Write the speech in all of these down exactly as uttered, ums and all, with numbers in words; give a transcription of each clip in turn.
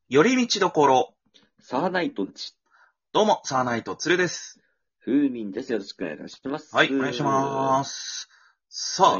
寄り道どころ。 サーナイトンチ、 どうも、サーナイトツルです。 風民です。よろしくお願いします。 はい、お願いしま。す。さあ、 はい。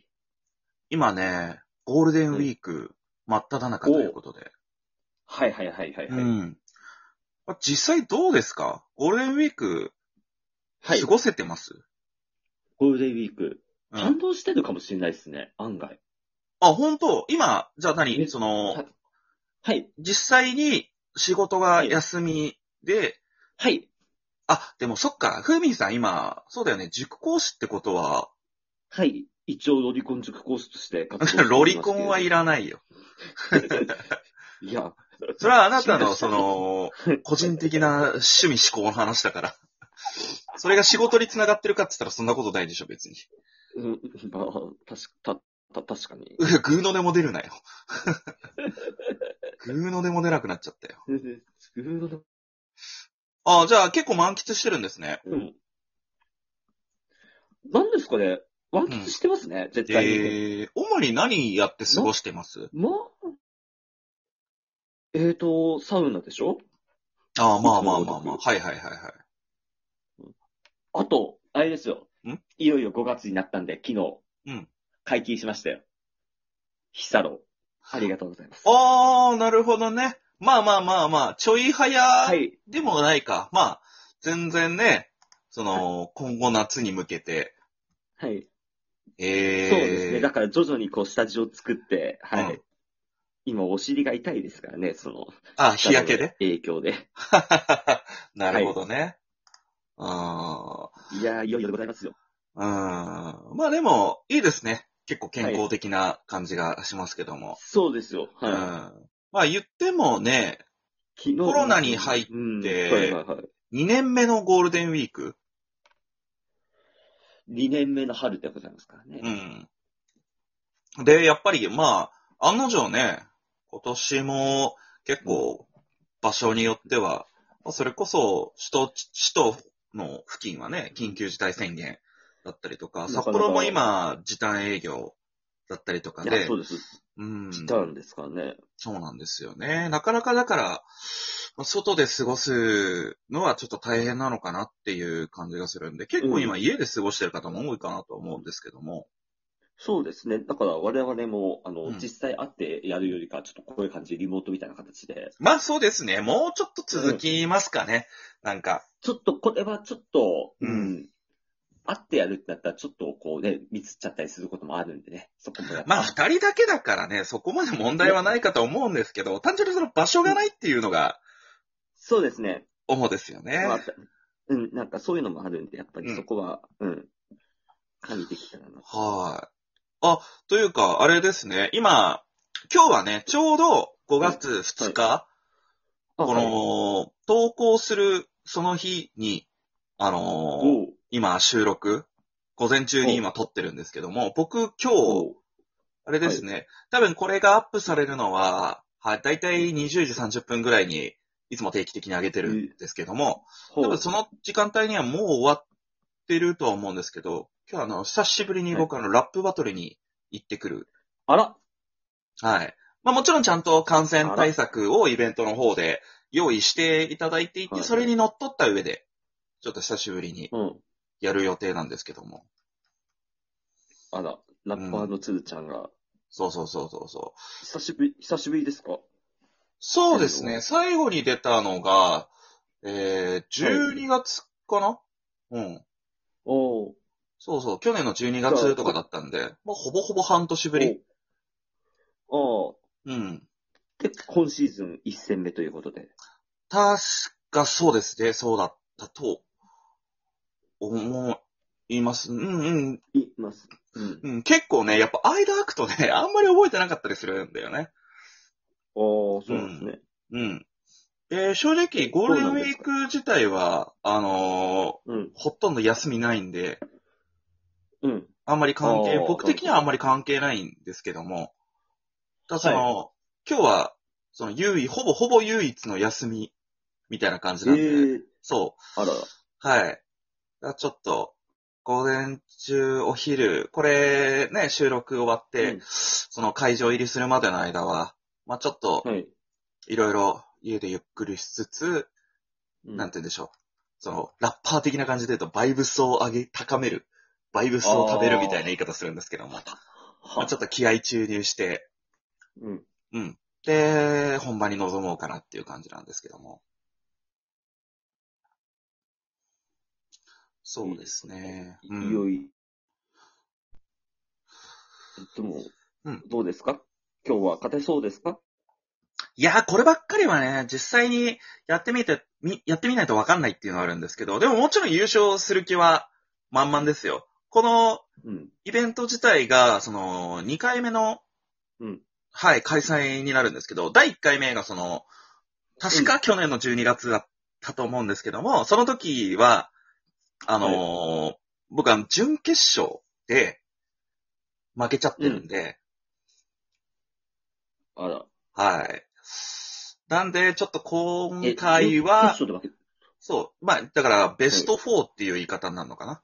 今ね、ゴールデンウはいィーク真っ只中ということで。 はいはいはいはいはい。 うん。ま実際どうですか？ゴールデンウィークはい。 過ごせてます？ ゴールデンウィーク。 うん。 感動してるかもしれないですね。案外。 あ、本当？今、じゃあ何め、 その、 は、はい。 実際に仕事がはい。 休みで、 はい。 あ、でもそっか、ふーみんさん今、そうだよね、塾講師ってことは、 はい。一応ロリコン塾講師として活動してロおりリコンはいますけれども。 らないよ。 いや、 それはあな趣味たの、そとしてはね。 の、個人的な趣味思考の話だから。それが仕事に繋がってるかって言ったらそんなことないでしょ、別に。 うん、まあ、確か、た、た、確かに。 うグーの音も出るなよ。グーの音も出なくなっちゃったよ。 全然、スクールの、 ああ、じゃあ結構満喫してるんですね。 うん。何ですかね。満うん。 喫してますね。絶対に。 えー、主に何やって過な、 ごしてます？ まあ、えーと、サウナでしょ？ ああ、まあいつもまあまあまあ。 のごとく。 はいはいはいはあと、あれですよ。 い。んいよいよごがつになったんで、昨日、 うん。 解禁しましたよ。ヒサロ。ありがとうございます。 ああ、なるほどね。まあまあまあまあ、ちょい早はい。 でもないか。まあ、全然ね、その、今後夏に向けて、 はい。そうですね。 ええだから徐々にこう、スタジオ作って、 ー、うん。 はい。今、お尻が痛いですからね、その、 あ、 ヒサロの日焼けで。 影響で。 なるはい。 ほどね。うん。 いやー、いよいよでございますよ。 うん。まあでも、いいですね。結構健はい。 康的な感じがしますけども。 そうですよ。 うん。 はい。 まあ言ってもね、 昨日、 コロナうん、 に入っうん、はいはて、 いはい。 にねんめのゴールデンウィーク。 にねんめの春でございますからね。 うん。で、やっぱり、まあ、案の定ね、今年も結うん。 構場所によっては、まあそれこそ首都、首都の付近はね、緊急事態宣言だったりとか、札なかなか、 幌も今、時短営業だったりとかいや、 で、 そうです。 うん、 時短ですからね。 そうなんですよね。なかなかだから、まあ外で過ごすのはちょっと大変なのかなっていう感じがするんで、結構今うん。 家で過ごしてる方も多いかなと思うんですけども、 そうですね。だから我々も、あの、 うん。 実際会ってやるよりか、ちょっとこういう感じでリモートみたいな形で。 まあそうですね。もうちょっとうん。 続きますかね。なんか。 ちょっと、これはちょっと、 うん。 うん、会ってやるってなったら、ちょっとこうね、ミスっちゃったりすることもあるんでね。そこもやっまあぱ。 二人だけだからね、そこまで問いや、 題はないかと思うんですけど、単純にその場所うん、 がないっていうのがそうですね。 主ですよね。 まあ、うん、なんかそういうのもあるんで、やっぱりうん。 そこは、うん、加味できたらなと。 はい。あ、というか、あれですね。今、今日はね、ちょうど5 はい。 月2 はい。 日、 あ、 こはい。 の、投稿するその日に、あのーおう、 今収録、午前中におう、 今撮ってるんですけども、僕今日、 おう、 あれではい。 すね。多分これがアップされるのは、はい、だいたいにじゅうじさんじゅっぷんぐらいに、いつも定期的に上げてるんえ、 ですけども、多分ほう。 その時間帯にはもう終わってるとは思うんですけど、今日はあの、久しぶりにはい。 僕あの、ラップバトルに行ってくる。 あら、 はい。まあもちろんちゃんと感染対あら、 策をイベントの方で用意していただいていて、 はい。 それに乗っ取った上で、ちょっと久しぶりにうん。 やる予定なんですけども。 あら、ラッパーうん。 のつるちゃんが、 そうそうそうそうそう。 久しぶり、久しぶりですか？ そうですね。 出るのは。 最後に出たのが、えー、 はい。 じゅうにがつかな。うん。 おー。 そうそう。去年の12 じゃあ、 月とかだこ、 ったんで、まあ、ほぼほぼ半年ぶり。 おー。ああ。 うん。 で、今シーズンいち戦目ということで。 確かそうですね。そうだったと思います。うんうん。 います。うん。 うん、結構ね、やっぱ間空くとね、あんまり覚えてなかったりするんだよね。 ああ、 うん。 そうなんですね。 うん。で、正直、 え、 ゴールどうデンウィーなんですか？ ク自体は、あのーうん。 ほとんど休みないんで、 うん。 あんまりああ、 関係、僕なるほど。 的にはあんまり関係ないんですけども、ただそはい。 の、今日は、その唯一、ほぼほぼ唯一の休み、みたいな感じなんで、 ええ、 そあらら。 う、はい。だからちょっと、午前中、お昼、これね、収録終わって、 うん。 その会場入りするまでの間は、まあちょっと、 はい。 いろいろ家でゆっくりしつつ、 うん、 なんて言うんでしょう。その、ラッパー的な感じで言うと、バイブスを上げ、高める。バイブスを食べるみたいな言い方するんですけども。まあ、ちょっとは、 気合注入して、 うん。 うん。で、本番に臨もうかなっていう感じなんですけども。そうですいいですね。 ね。うい、いよん。 いよ、でも、 うん。 どうですか？今日は勝てそうですか？ いやー、こればっかりはね、実際にやってみて、み、やってみないとわかんないっていうのはあるんですけど、でももちろん優勝する気は満々ですよ。このうん、 イベント自体が、その、にかいめの、 うん、 はい、開催になるんですけど、だいいっかいめがその、 うん。 確か去年のじゅうにがつだったと思うんですけども、その時は、あのはい。 ー僕は準決勝で負けちゃってうん。 るんで、 あら。 はい。なんで、ちょっと今え、準回は、 決勝で負け、 そう、まあ、だからベはい。 ストフォーっていう言い方になるのかな。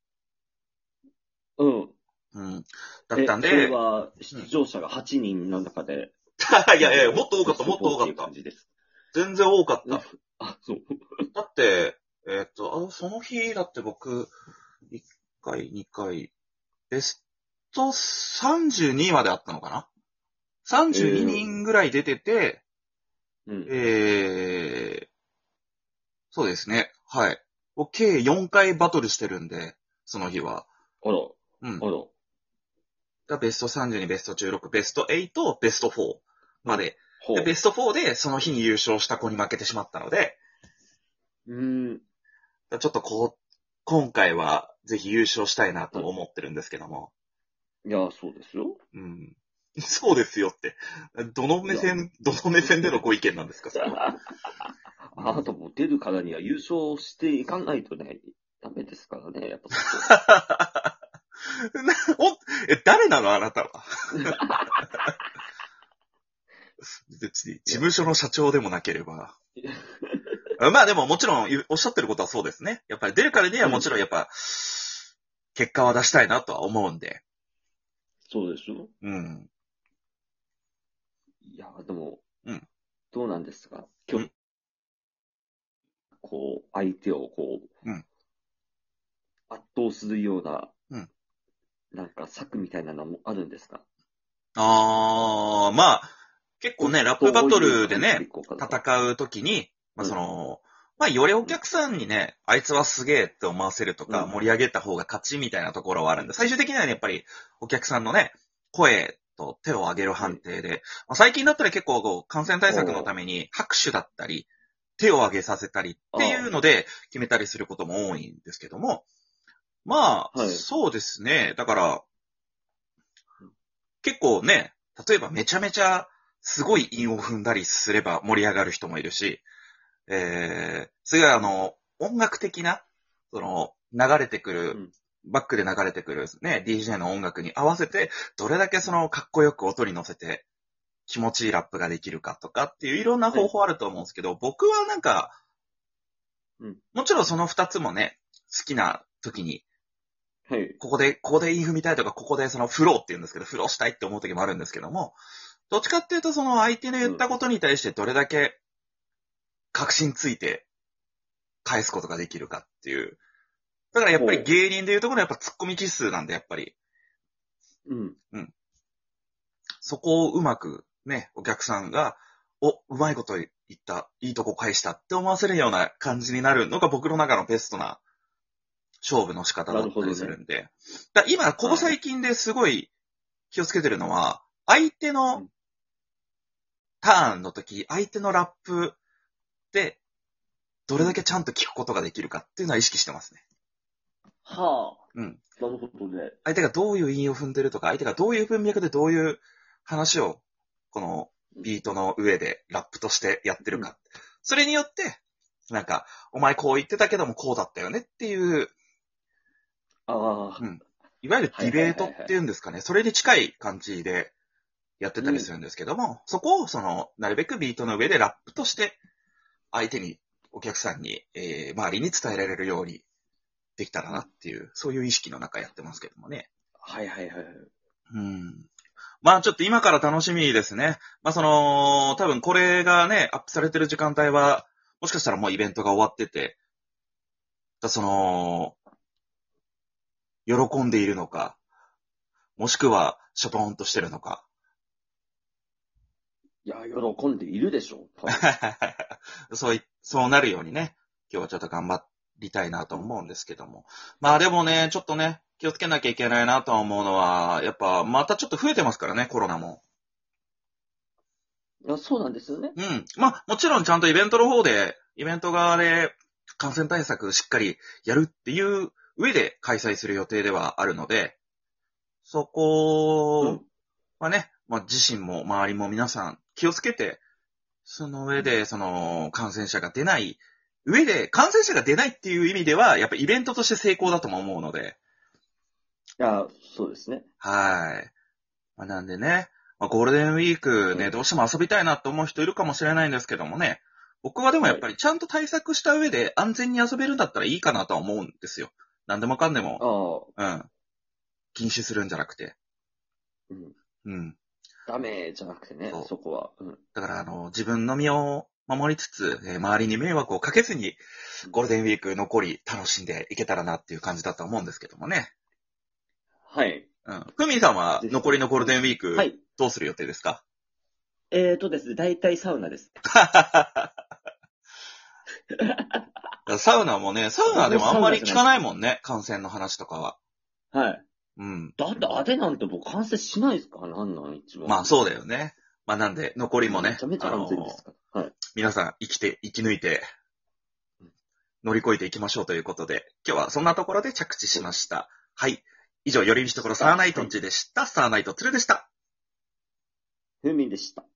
うん。 うん。だったえ、それんで、 はうん。 出場者がはちにんの中で、 いやいや、もあの、 っと多かった、 ベストもっとよんっていう多かった。 感じです。 全然多かっえ、 た。 ふあ、そう。 だって、えーっと、あその日、だって僕、いっかい、にかい、ベストさんじゅうにまであったのかな？ さんじゅうにええ、 人ぐらい出てて、 うん。 えー、そうですね。はい。僕計よんかいバトルしてるんで、その日は。 あら、 うん。 あら、 がベストさんじゅうに、ベストじゅうろく、ベストはち、ベストよんうん。 まで。で、ベほストよんでその日に優勝した子に負けてしまったので、 う。うーん。 ちょっとこう、今回はぜひ優勝したいなとはい。 思ってるんですけども。 いや、そうですよ。 うん。そうですよって。どのいや、 目線、どの目線でのご意見なんですか、それは。うん。 あなたも出るからには優勝していかないとね、ダメですからね、やっぱそこなお、え、誰なのあなたは。 は。 別に、事いや、 務所の社長でもなければ。まあでももちろん言うおっしゃってることはそうですね。やっぱり出るからにはもうん。 ちろんやっぱ、結果は出したいなとは思うんで。 そうですよ。 うん。 いや、でも、 うん。 どうなんですか今日、 うん。 こう、相手をこう、 うん。 圧倒するような、 うん。 なんか策みたいなのもあるんですか？ あー、まあ、結構こね、ラップバどうトいう感じでいルでね、 こうかとか。 戦うときに、まあうん、 その、まあよりおうん、 客さんにね、あいつはすげえって思わせるとか、 うん、 盛り上げた方が勝ちみたいなところはあるんで、最終的にはね、やっぱりお客さんのね、声と手を挙げるはい。 判定で、まあ、最近だったら結構こう感染対策のおー、 ために拍手だったり、手を挙げさせたりっていあうので決めたりすることも多いんですけども、まあ、 あ、はい。 そうですね。だから、結構ね、例えばめちゃめちゃすごい韻を踏んだりすれば盛り上がる人もいるし、えー、次はあの、音楽的な、その、流れてくる、 うん、 バックで流れてくるね、ディージェー の音楽に合わせて、どれだけその、かっこよく音に乗せて、気持ちいいラップができるかとかっていういろんなはい。 方法あると思うんですけど、僕はなんか、 うん、 もちろんその二つもね、好きな時に、 はい。 ここで、ここで韻踏みたいとか、ここでそのフローって言うんですけど、フローしたいって思う時もあるんですけども、どっちかっていうとその相手の言うん。 ったことに対してどれだけ確信ついて返すことができるかっていう。だからやっぱりほ芸人でいうところのやっぱツッコミ気数なんで、やっぱり。 う。うん。 うん。そこをうまくね、お客さんが、お、うまいこと言った、いいとこ返したって思わせるような感じになるのが僕の中のベストな勝負の仕方なだったりるほどね。 するんで。だ今、ここはい。 最近ですごい気をつけてるのは、相手のうん。 ターンの時、相手のラップでどうん。 れだけちゃんと聞くことができるかっていうのは意識してますね。 はうん。 あ。なるほどね。 相手がどういう韻を踏んでるとか、相手がどういう文脈でどういう話を、このビートの上でラップとしてやってうん。 るか。それによって、なんか、お前こう言ってたけどもこうだったよねっていう、 ああ。 うん。いわゆるはいはディベートっいはいはい。 ていうんですかね。それに近い感じでやってうん。 たりするんですけども、そこを、その、なるべくビートの上でラップとして、相手に、お客さんに、えー、周りに伝えられるようにできたらうん。 なっていう、そういう意識の中やってますけどもね。 はいはいはいはい。 うん。 まあちょっと今から楽しみですね。まあその、多分これがね、アップされてる時間帯は、もしかしたらもうイベントが終わってて、だその、喜んでいるのか、もしくは、しょぼーんとしてるのか。 いや、喜んでいるでしょう。多分そうい、そうなるようにね、今日はちょっと頑張りたいなと思うんですけども。まあでもね、ちょっとね、気をつけなきゃいけないなと思うのは、やっぱまたちょっと増えてますからね、コロナも。 いや、そうなんですよね。 うん。まあもちろんちゃんとイベントの方で、イベント側で感染対策しっかりやるっていう上で開催する予定ではあるので、そこはね、まあ自身も周りも皆さん気をつけて、その上で、その、感染者が出ない上で、感染者が出ないっていう意味では、やっぱイベントとして成功だとも思うので、 いや、そうですね。 はい。まあ、なんでね、まあ、ゴールデンウィークね、 うんどうしても遊びたいなと思う人いるかもしれないんですけどもね、僕はでもやっぱりちゃんと対策した上で安全に遊べるんだったらいいかなとは思うんですよ。なんでもかんでも、 ああ、 うん、禁酒するんじゃなくて。 うん。 うん。 ダメじゃなくてね、 そうそこは。うん。 だから、あの、自分の身を守りつつ、えー周りに迷惑をかけずに、ゴールデンウィーク残り楽しんでいけたらなっていう感じだと思うんですけどもね。 はい。 うん。ふみさんはぜひ残りのゴールデンウィーク、 はい。 どうする予定ですか？ えーとですね、大体サウナです。 サウナもね、サウナでもあんまり聞か僕サウナじゃないですないもんね、感染の話とかは。 はい。 うん。 だってあれなんて僕完成しないですかなんなん一番。 まあそうだよね。まあなんで、残りもねめちゃ、めちゃ安全であのすから。はい。 皆さん生きて、生き抜いて、乗り越えていきましょうということで、今日はそんなところで着地しました。はい。以上、寄り道ところサーナイトンチでした。サーナイトツルでした。 ふみでした。